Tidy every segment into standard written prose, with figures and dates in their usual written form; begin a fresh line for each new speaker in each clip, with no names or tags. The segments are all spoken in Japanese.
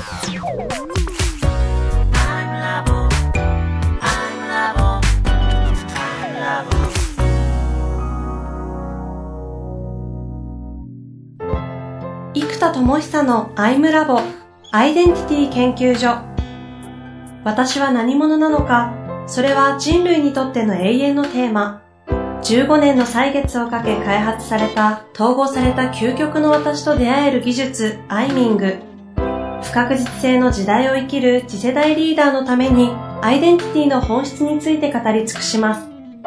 生田智久のアイムラボアイデンティティ研究所。私は何者なのか、それは人類にとっての永遠のテーマ。15年の歳月をかけ開発された統合された究極の私と出会える技術アイミング。不確実性の時代を生きる次世代リーダーのためにアイデンティティの本質について語り尽くします。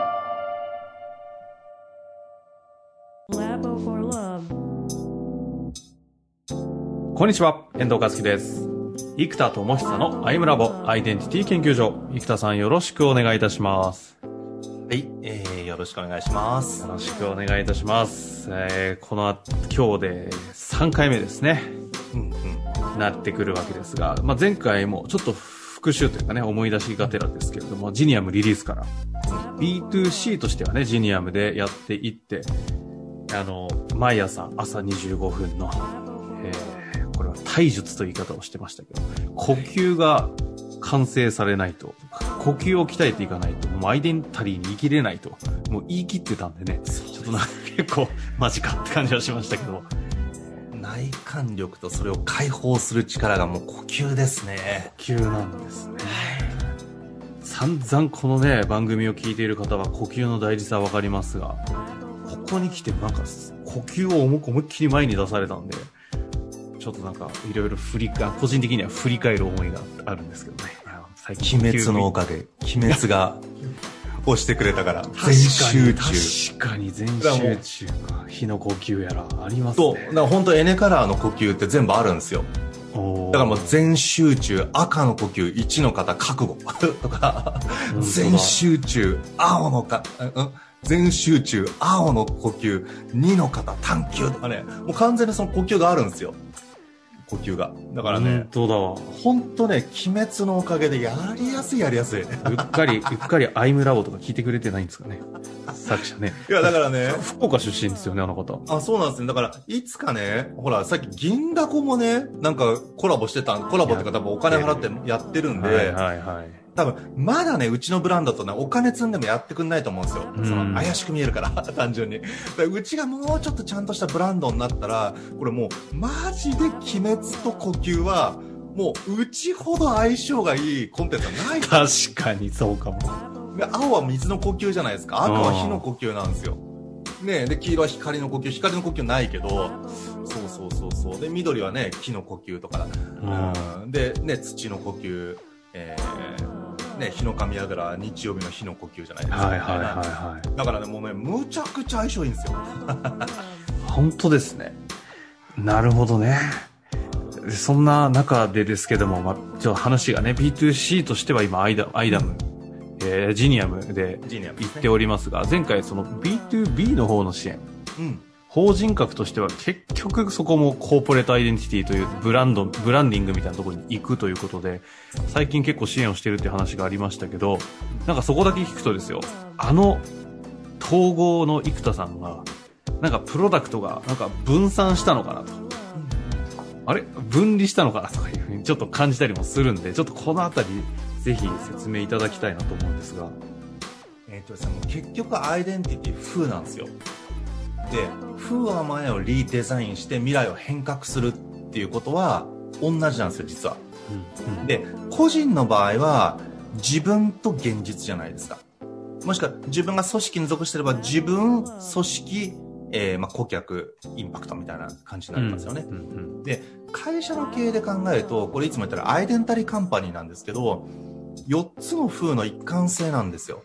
こんにちは、遠藤和樹です。生田智久のアイムラボアイデンティティ研究所。生田さんよろしくお願いいたします。
はい、よろしくお願いします。
よろしくお願いいたします。今日で3回目ですね。なってくるわけですが、前回もちょっと復習というかね、思い出しがてらですけれども、ジニアムリリースから、B2C としてはね、ジニアムでやっていって、毎朝25分の、これは体術という言い方をしてましたけど、呼吸が完成されないと、呼吸を鍛えていかないと、もうアイデンタリーに生きれないと、もう言い切ってたんでね、ちょっと結構マジかって感じはしましたけど、
内観力とそれを解放する力がもう呼吸ですね。
呼吸なんですね。散々このね、番組を聞いている方は呼吸の大事さはわかりますが、ここに来てなんか呼吸を思いっきり前に出されたんで、ちょっとなんかいろいろ個人的には振り返る思いがあるんですけどね。
最近鬼滅のおかげ、鬼滅が押してくれたから全集中。
確かに全集中か。火の呼吸やらありますね。
だから本当エネカラーの呼吸って全部あるんですよ。だからもう全集中、赤の呼吸、1の方覚悟とか、全集中、全集中、青の呼吸、2の方、探求とかね、もう完全にその呼吸があるんですよ。呼吸が。だからね、本当ね、鬼滅のおかげでやりやすい。
うっかりアイムラボとか聞いてくれてないんですかね。作者ね。
いや、だからね。
福岡出身ですよね、あの方。
あ、そうなんですね。だから、いつかね、ほら、さっき銀だこもね、なんかコラボっていうか多分お金払ってやってるんで、多分、まだね、うちのブランドとね、お金積んでもやってくんないと思うんですよ。その、怪しく見えるから、単純に。うちがもうちょっとちゃんとしたブランドになったら、これもう、マジで鬼滅と呼吸は、もう、うちほど相性がいいコンテンツはない。
確かにそうかも。
で、青は水の呼吸じゃないですか。赤は火の呼吸なんですよ。ね、で、黄色は光の呼吸ないけど、そう。で、緑はね、木の呼吸とか、で、ね、土の呼吸、ね、日の神櫓、日曜日の日の呼吸じゃないですか。だからね、もうね、むちゃくちゃ相性いいんですよ。
本当ですね。なるほどね。そんな中でですけども、ちょっと話がね、B2C としては今、アイダム、ジニアムで言っておりますが、前回その B2B の方の支援、法人格としては結局そこもコーポレートアイデンティティというブランディングみたいなところに行くということで、最近結構支援をしているっていう話がありましたけど、なんかそこだけ聞くとですよ、統合の生田さんが、なんかプロダクトがなんか分散したのかなと。あれ分離したのかなとかいうふうにちょっと感じたりもするんで、ちょっとこのあたりぜひ説明いただきたいなと思うんですが。
結局アイデンティティ風なんですよ。で、風は前をリデザインして未来を変革するっていうことは同じなんですよ、実は。で、個人の場合は自分と現実じゃないですか。もしくは自分が組織に属してれば自分、組織、顧客、インパクトみたいな感じになりますよね。で、会社の経営で考えると、これいつも言ったらアイデンタリーカンパニーなんですけど、4つの風の一貫性なんですよ。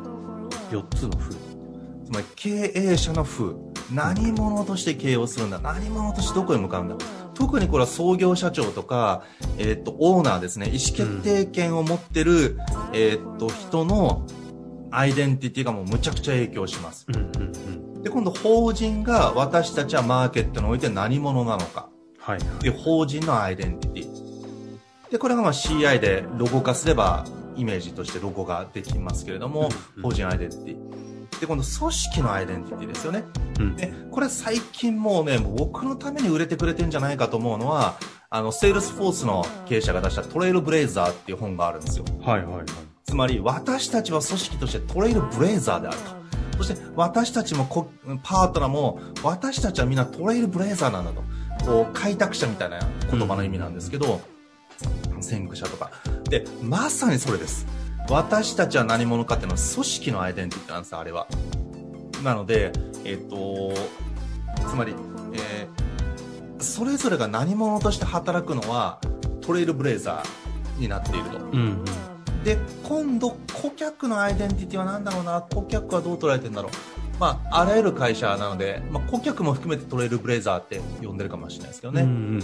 4つの風。
つまり経営者の風。何者として経営をするんだ。何者としてどこへ向かうんだ。特にこれは創業社長とか、オーナーですね。意思決定権を持ってる、人のアイデンティティがもうむちゃくちゃ影響します。で、今度法人が私たちはマーケットにおいて何者なのか。で、法人のアイデンティティ。で、これがCI でロゴ化すればイメージとしてロゴができますけれども、法人アイデンティティ。で、今度組織のアイデンティティですよね。で、これ最近もうね、僕のために売れてくれてんじゃないかと思うのは、 セールスフォースの経営者が出したトレイルブレイザーっていう本があるんですよ。
はいはいはい。
つまり、私たちは組織としてトレイルブレイザーであると。そして、私たちもパートナーも、私たちはみんなトレイルブレイザーなんだと。こう、開拓者みたいな言葉の意味なんですけど、先駆者とか。で、まさにそれです。私たちは何者かっていうのは組織のアイデンティティなんですよ、あれは。なので、つまり、それぞれが何者として働くのはトレイルブレイザーになっていると。
うんうん。
で、今度、顧客のアイデンティティは何だろうな、顧客はどう捉えてるんだろう。まあ、あらゆる会社なので、まあ、顧客も含めてトレイルブレイザーって呼んでるかもしれないですけどね。
うんうんうん、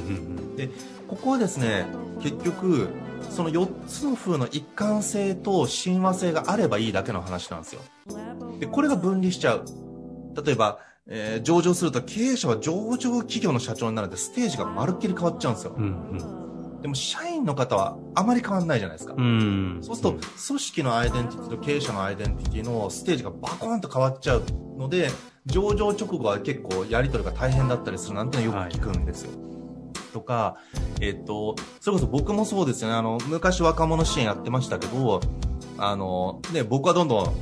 で、ここはですね、結局、その4つの風の一貫性と親和性があればいいだけの話なんですよ。で、これが分離しちゃう。例えば、上場すると経営者は上場企業の社長になるのでステージがまるっきり変わっちゃうんですよ。
うんうん、
でも社員の方はあまり変わんないじゃないですか。そうすると組織のアイデンティティと経営者のアイデンティティのステージがバコーンと変わっちゃうので、上場直後は結構やり取りが大変だったりするなんてのよく聞くんですよ。とか、それこそ僕もそうですよね。昔若者支援やってましたけど、ね、僕はどんどん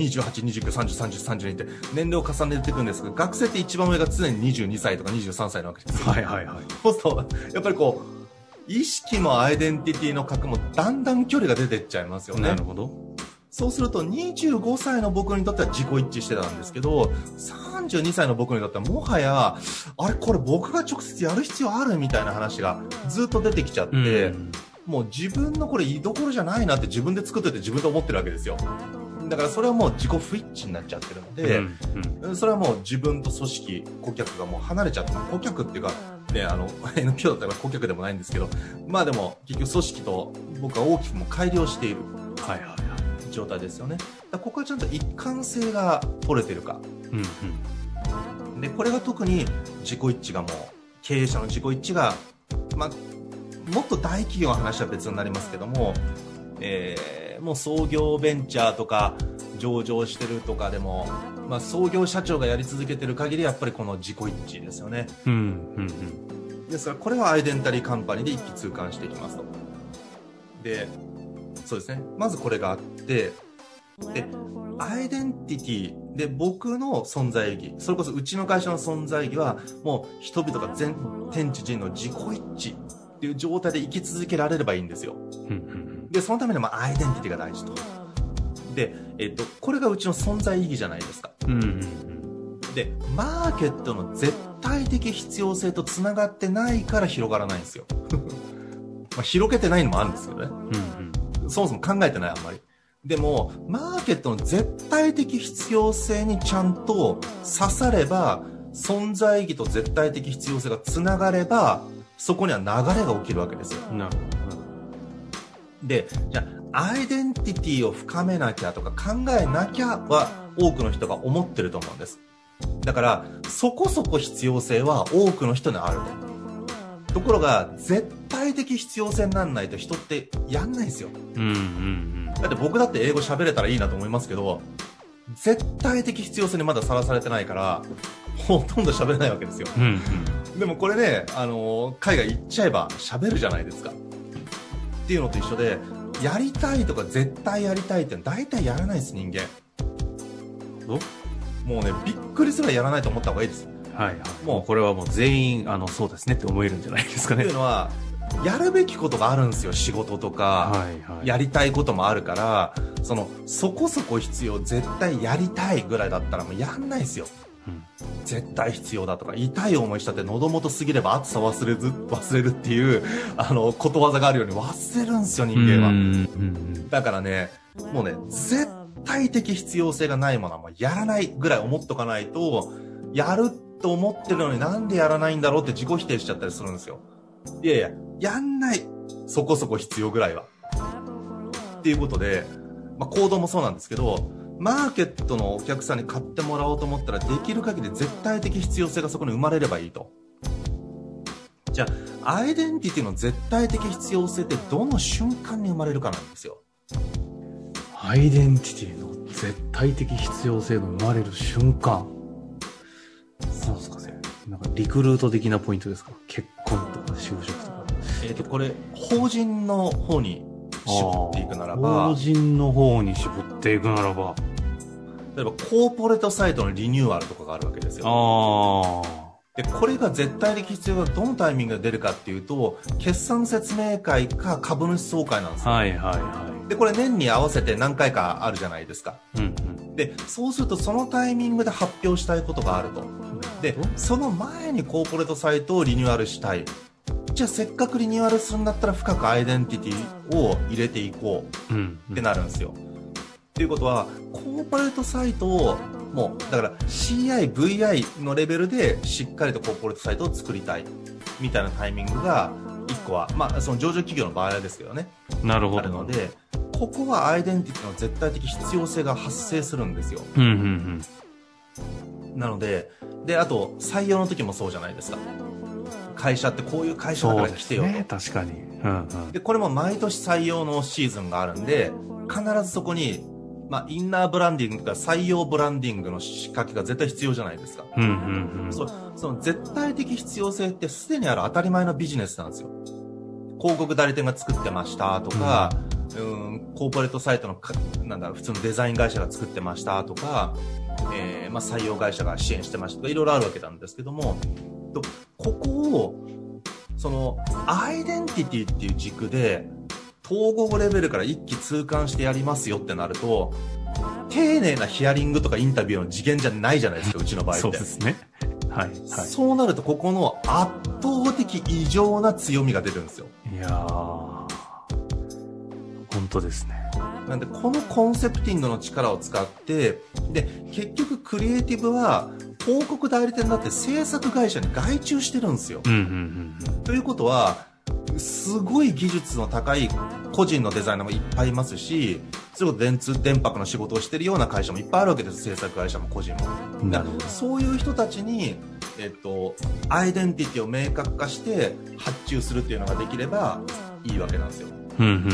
28、29、30、30、32って年齢を重ねていくんですけど、学生って一番上が常に22歳とか23歳なわけですよ。
はいはいはい。
そうすると、やっぱりこう、意識もアイデンティティの格もだんだん距離が出ていっちゃいますよね。
なるほど。
そうすると25歳の僕にとっては自己一致してたんですけど、32歳の僕にとってはもはや、あれこれ僕が直接やる必要あるみたいな話がずっと出てきちゃって、もう自分のこれ居所じゃないなって自分で作ってて自分で思ってるわけですよ。だからそれはもう自己不一致になっちゃってるので、それはもう自分と組織、顧客がもう離れちゃって、顧客っていうか、ね、NPO だったら顧客でもないんですけど、まあでも結局組織と僕は大きくも改良している状態ですよね。だからここはちゃんと一貫性が取れてるか。で、これが特に自己一致がもう、経営者の自己一致が、まあ、もっと大企業の話は別になりますけども、もう創業ベンチャーとか上場してるとかでも、まあ、創業社長がやり続けてる限りやっぱりこの自己一致ですよね。ですからこれはアイデンタリーカンパニーで一気通貫していきますと。で、そうですね。まずこれがあって、で、アイデンティティで僕の存在意義、それこそうちの会社の存在意義はもう人々が全天地人の自己一致っていう状態で生き続けられればいいんですよ。で、そのためにもアイデンティティが大事と。で、これがうちの存在意義じゃないですか。で、マーケットの絶対的必要性と繋がってないから広がらないんですよ。まあ広げてないのもあるんですけどね。そもそも考えてない、あんまり。でも、マーケットの絶対的必要性にちゃんと刺されば、存在意義と絶対的必要性が繋がれば、そこには流れが起きるわけですよ。
なるほど。
で、じゃあ、アイデンティティを深めなきゃとか考えなきゃは多くの人が思ってると思うんです。だから、そこそこ必要性は多くの人にあると。ところが、絶対的必要性にならないと人ってやんないんですよ。だって僕だって英語喋れたらいいなと思いますけど、絶対的必要性にまださらされてないから、ほとんど喋れないわけですよ。でもこれね、海外行っちゃえば喋るじゃないですか。っていうのと一緒で、やりたいとか絶対やりたいって大体やらないです、人間。もうね、びっくりすらやらないと思った方がいいです。
もうこれはもう全員、そうですねって思えるんじゃないですかね。
というのは、やるべきことがあるんですよ、仕事とか、やりたいこともあるから、そこそこ必要、絶対やりたいぐらいだったらもうやんないですよ。絶対必要だとか、痛い思いしたって喉元過ぎれば暑さ忘れるっていう、ことわざがあるように忘れるんですよ、人間は。だからね、もうね、絶対的必要性がないものはもうやらないぐらい思っとかないと、やると思ってるのになんでやらないんだろうって自己否定しちゃったりするんですよ。いやいや、やんない。そこそこ必要ぐらいは。っていうことで、まあ、行動もそうなんですけど、マーケットのお客さんに買ってもらおうと思ったら、できる限り絶対的必要性がそこに生まれればいいと。じゃあ、アイデンティティの絶対的必要性ってどの瞬間に生まれるかなんですよ。
アイデンティティの絶対的必要性の生まれる瞬間。そうですかね。なんかリクルート的なポイントですか？結婚とか就職とか。
これ、法人の方に絞っていくならば、
法人の方に絞っていくならば、
例えばコーポレートサイトのリニューアルとかがあるわけですよ。で、これが絶対的必要がどのタイミングで出るかっていうと、決算説明会か株主総会なんですよ。
はいはいは
で、これ年に合わせて何回かあるじゃないですか。
い。うんうん。
で、そうするとそのタイミングで発表したいことがあると。で、その前にコーポレートサイトをリニューアルしたい。じゃあせっかくリニューアルするんだったら深くアイデンティティを入れていこうってなるんですよ。っていうことは、コーポレートサイトをもう、だから CI、VI のレベルでしっかりとコーポレートサイトを作りたいみたいなタイミングが一個は、まあその上場企業の場合ですけどね。
なるほど。
あるので、ここはアイデンティティの絶対的必要性が発生するんですよ。
うんうん
うん。なので、あと採用の時もそうじゃないですか。会社ってこういう会社だから来てよと。
そうですね、確かに。うんうん。
で、これも毎年採用のシーズンがあるんで、必ずそこに、まあ、インナーブランディングとか採用ブランディングの仕掛けが絶対必要じゃないですか。
うんうんうん。
その絶対的必要性ってすでにある当たり前のビジネスなんですよ。広告代理店が作ってましたとか、コーポレートサイトの普通のデザイン会社が作ってましたとか、まあ、採用会社が支援してましたとか、いろいろあるわけなんですけども、ここを、その、アイデンティティっていう軸で、統合レベルから一気通貫してやりますよってなると、丁寧なヒアリングとかインタビューの次元じゃないじゃないですか、うちの場合って。
そうですね。はい。はい、
そうなると、ここの圧倒的異常な強みが出るんですよ。
いやー、本当ですね。
なんで、このコンセプティングの力を使って、で、結局クリエイティブは、広告代理店だって制作会社に外注してるんですよ。
うんうんうん。
ということは、すごい技術の高い個人のデザイナーもいっぱいいますし、それこそ電波の仕事をしてるような会社もいっぱいあるわけです。制作会社も個人も。だからそういう人たちに、アイデンティティを明確化して発注するっていうのができればいいわけなんですよ。
うんうんうん。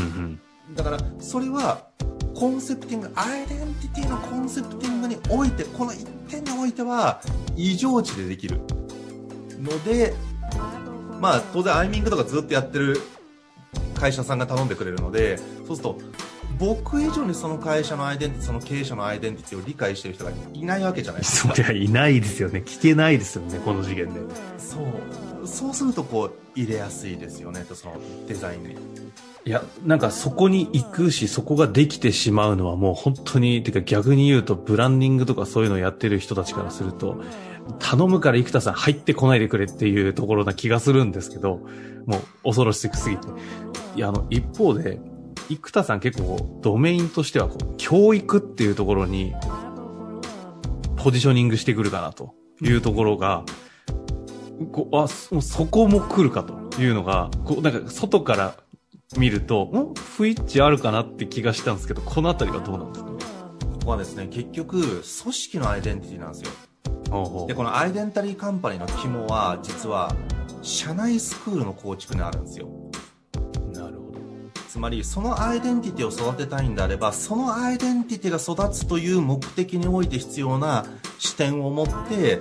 だから、それは、コンセプティング、アイデンティティのコンセプティングにおいて、この一点においては、異常値でできる。ので、まあ、当然、アイミングとかずっとやってる会社さんが頼んでくれるので、そうすると、僕以上にその会社のアイデンティティ、その経営者のアイデンティティを理解してる人がいないわけじゃないですか。
そりゃいないですよね。聞けないですよね、この次元で。
そうすると、こう、入れやすいですよね、そのデザインに。
いや、なんかそこに行くし、そこができてしまうのはもう本当に、てか逆に言うと、ブランディングとかそういうのをやってる人たちからすると、頼むから生田さん入ってこないでくれっていうところな気がするんですけど、もう恐ろしすぎて。いや、一方で、生田さん結構ドメインとしては教育っていうところにポジショニングしてくるかなというところが、もうそこも来るかというのが、なんか外から見ると、不一致あるかなって気がしたんですけど、このあたりはどうなんですかね。
ここはですね、結局、組織のアイデンティティなんですよ。で、このアイデンタリーカンパニーの肝は、実は、社内スクールの構築にあるんですよ。
なるほど。
つまり、そのアイデンティティを育てたいんであれば、そのアイデンティティが育つという目的において必要な視点を持って、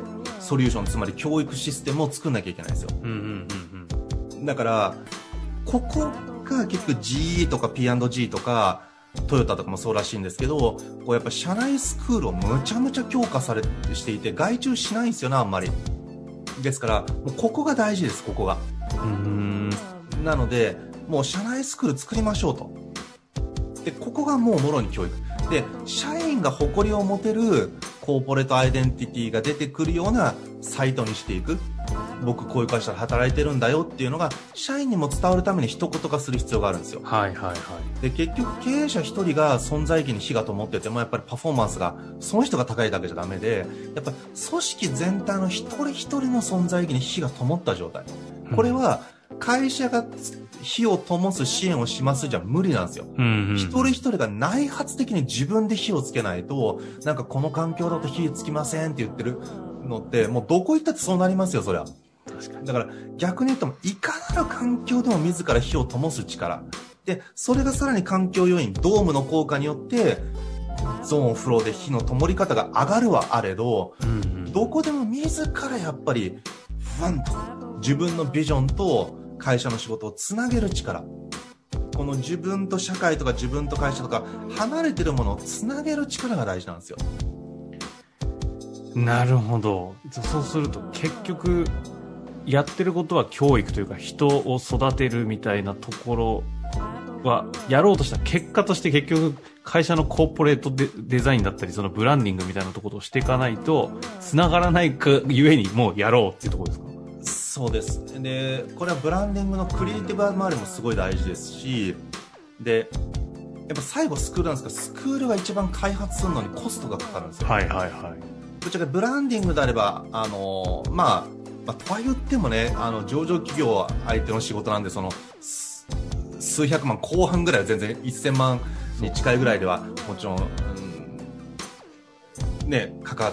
ソリューション、つまり教育システムを作んなきゃいけないんですよ。だから、ここが結局 GE とか P&G とか、トヨタとかもそうらしいんですけど、こうやっぱ社内スクールをむちゃむちゃ強化していて、外注しないんですよね、あんまり。ですから、もうここが大事です、ここが。なので、もう社内スクール作りましょうと。で、ここがもうもろに教育。で、社員が誇りを持てるコーポレートアイデンティティが出てくるようなサイトにしていく。僕こういう会社で働いてるんだよっていうのが社員にも伝わるために一言化する必要があるんですよ。
はいはいはい。
で、結局経営者一人が存在意義に火が灯っててもやっぱりパフォーマンスがその人が高いだけじゃダメで、やっぱり組織全体の一人一人の存在意義に火が灯った状態。これは会社が火を灯す支援をしますじゃ無理なんですよ。一人一人が内発的に自分で火をつけないと、なんかこの環境だと火つきませんって言ってるのって、もうどこ行ったってそうなりますよ、そりゃ。だから逆に言うと、いかなる環境でも自ら火を灯す力。で、それがさらに環境要因、ドームの効果によって、ゾーンフローで火の灯り方が上がるはあれど、どこでも自らやっぱり、ふわんと自分のビジョンと会社の仕事をつなげる力。この自分と社会とか自分と会社とか離れてるものをつなげる力が大事なんですよ。
なるほど。そうすると結局やってることは教育というか人を育てるみたいなところはやろうとした結果として結局会社のコーポレートデザインだったりそのブランディングみたいなところをしていかないと繋がらないかゆえにもうやろうっていうところですか？
そうです。で、これはブランディングのクリエイティブ周りもすごい大事ですし、で、やっぱ最後スクールなんですが、スクールが一番開発するのにコストがかかるんですよ。
はいはいはい。
ぶっちゃけブランディングであれば、とは言ってもね、上場企業相手の仕事なんで、その、数百万後半ぐらいは全然1000万に近いぐらいではもちろん、かかって、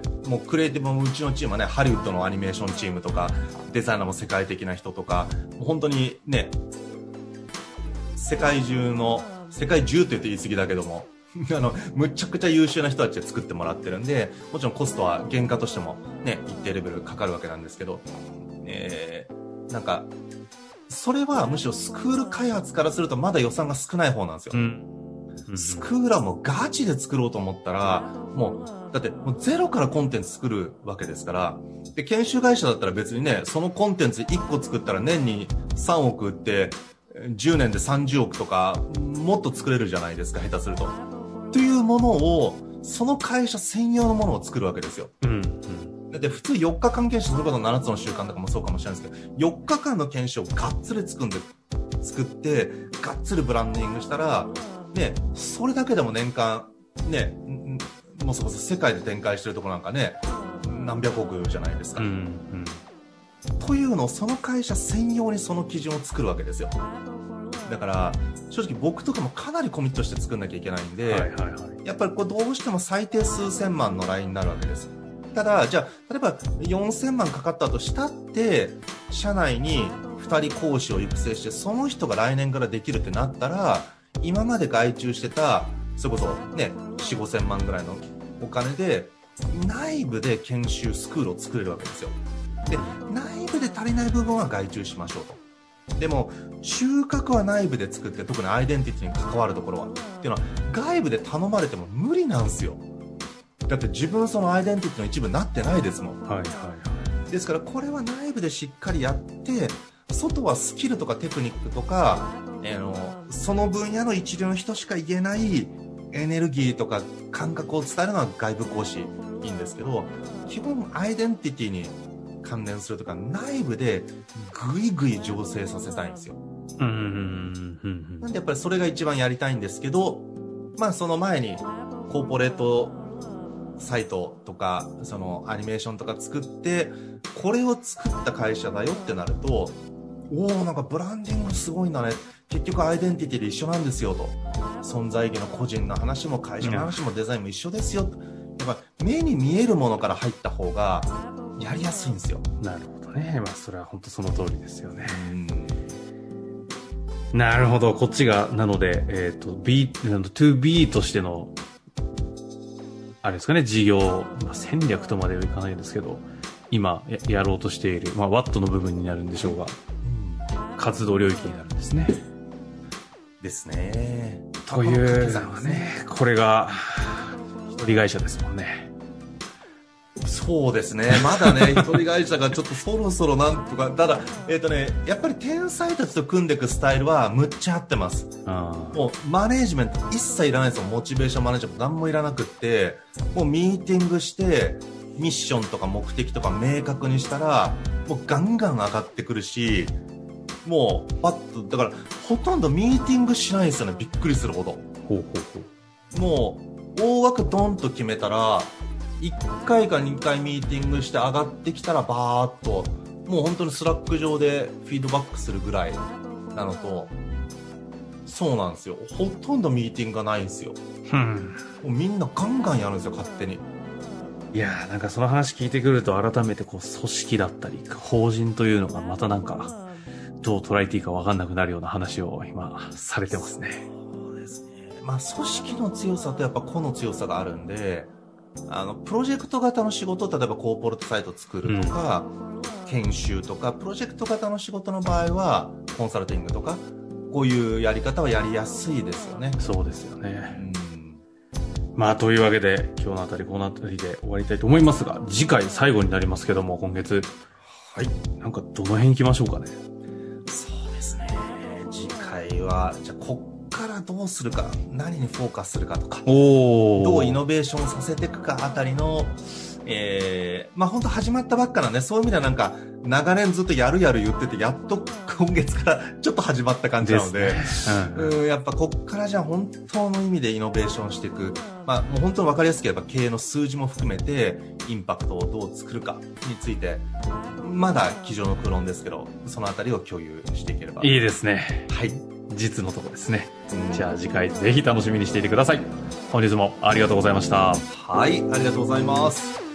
もうクリエイティブもうちのチームはね、ハリウッドのアニメーションチームとか、デザイナーも世界的な人とか、本当にね、世界中と言って言い過ぎだけども、むちゃくちゃ優秀な人たちで作ってもらってるんで、もちろんコストは原価としてもね、一定レベルかかるわけなんですけど、なんか、それはむしろスクール開発からするとまだ予算が少ない方なんですよ。スクールはもうガチで作ろうと思ったら、だってもうゼロからコンテンツ作るわけですから、で、研修会社だったら別にね、そのコンテンツ1個作ったら年に3億売って、10年で30億とか、もっと作れるじゃないですか、下手すると。というものを、その会社専用のものを作るわけですよ。だって普通4日間研修することの7つの習慣とかもそうかもしれないですけど、4日間の研修をがっつり作って、がっつりブランディングしたら、ね、それだけでも年間、ね、もうそこそ世界で展開してるところなんかね、何百億じゃないですか。というのをその会社専用にその基準を作るわけですよ。だから正直僕とかもかなりコミットして作んなきゃいけないんで、やっぱりこうどうしても最低数千万のラインになるわけです。ただじゃあ例えば4000万かかったとしたって社内に2人講師を育成してその人が来年からできるってなったら今まで外注してたそれこそね4、5000万ぐらいのお金で内部で研修スクールを作れるわけですよ。で内部で足りない部分は外注しましょうと。でも収穫は内部で作って特にアイデンティティに関わるところはっていうのは外部で頼まれても無理なんですよ。だって自分そのアイデンティティの一部になってないですもん。ですからこれは内部でしっかりやって外はスキルとかテクニックとか、その分野の一流の人しか言えないエネルギーとか感覚を伝えるのは外部講師いいんですけど基本アイデンティティに関連するとか内部でグイグイ醸成させたいんですよ。なんでやっぱりそれが一番やりたいんですけどその前にコーポレートサイトとかそのアニメーションとか作ってこれを作った会社だよってなるとなんかブランディングすごいんだね結局アイデンティティで一緒なんですよと存在意義の個人の話も会社の話もデザインも一緒ですよやっぱ目に見えるものから入った方がやりやすいんですよ。
なるほどね。それは本当その通りですよね。なるほど。こっちがなので2B としてのあれですかね事業、戦略とまではいかないんですけど今 やろうとしているワットの部分になるんでしょうが、活動領域になるんですね。
ですね。
というのはねこれが一人会社ですもんね。
そうですね。まだね、一人会社がちょっとそろそろなんとか、ただ、やっぱり天才たちと組んでいくスタイルはむっちゃ合ってます。もうマネージメント一切いらないですよ。モチベーションマネージメント何もいらなくって、もうミーティングして、ミッションとか目的とか明確にしたら、もうガンガン上がってくるし、もうパッと、だからほとんどミーティングしないですよね。びっくりするほど。もう、大枠ドンと決めたら、1回か2回ミーティングして上がってきたらバーっともう本当にスラック上でフィードバックするぐらいなのとそうなんですよほとんどミーティングがないんですよ、もうみんなガンガンやるんですよ勝手に。
いやなんかその話聞いてくると改めてこう組織だったり法人というのがまたなんかどう捉えていいか分かんなくなるような話を今されてますね。
そうですね。組織の強さとやっぱ個の強さがあるんでプロジェクト型の仕事、例えばコーポレートサイト作るとか、 研修とかプロジェクト型の仕事の場合はコンサルティングとかこういうやり方はやりやすいですよね。
そうですよね。まあ、というわけで、今日のあたり、このあたりで終わりたいと思いますが、次回最後になりますけども、今月。
はい。
なんか、どの辺行きましょうかね。
そうですね。次回は、じゃあ、こっからどうするか、何にフォーカスするかとか、どうイノベーションさせていくかあたりの、まあ本当始まったばっかなんで、そういう意味ではなんか、長年ずっとやる言ってて、やっと今月からちょっと始まった感じなので、やっぱこっからじゃあ本当の意味でイノベーションしていく。まあもう本当に分かりやすければ経営の数字も含めて、インパクトをどう作るかについて、まだ机上の空論ですけど、そのあたりを共有していければ。
いいですね。
はい。
実のところですね。じゃあ次回ぜひ楽しみにしていてください。本日もありがとうございました。
はい、ありがとうございます。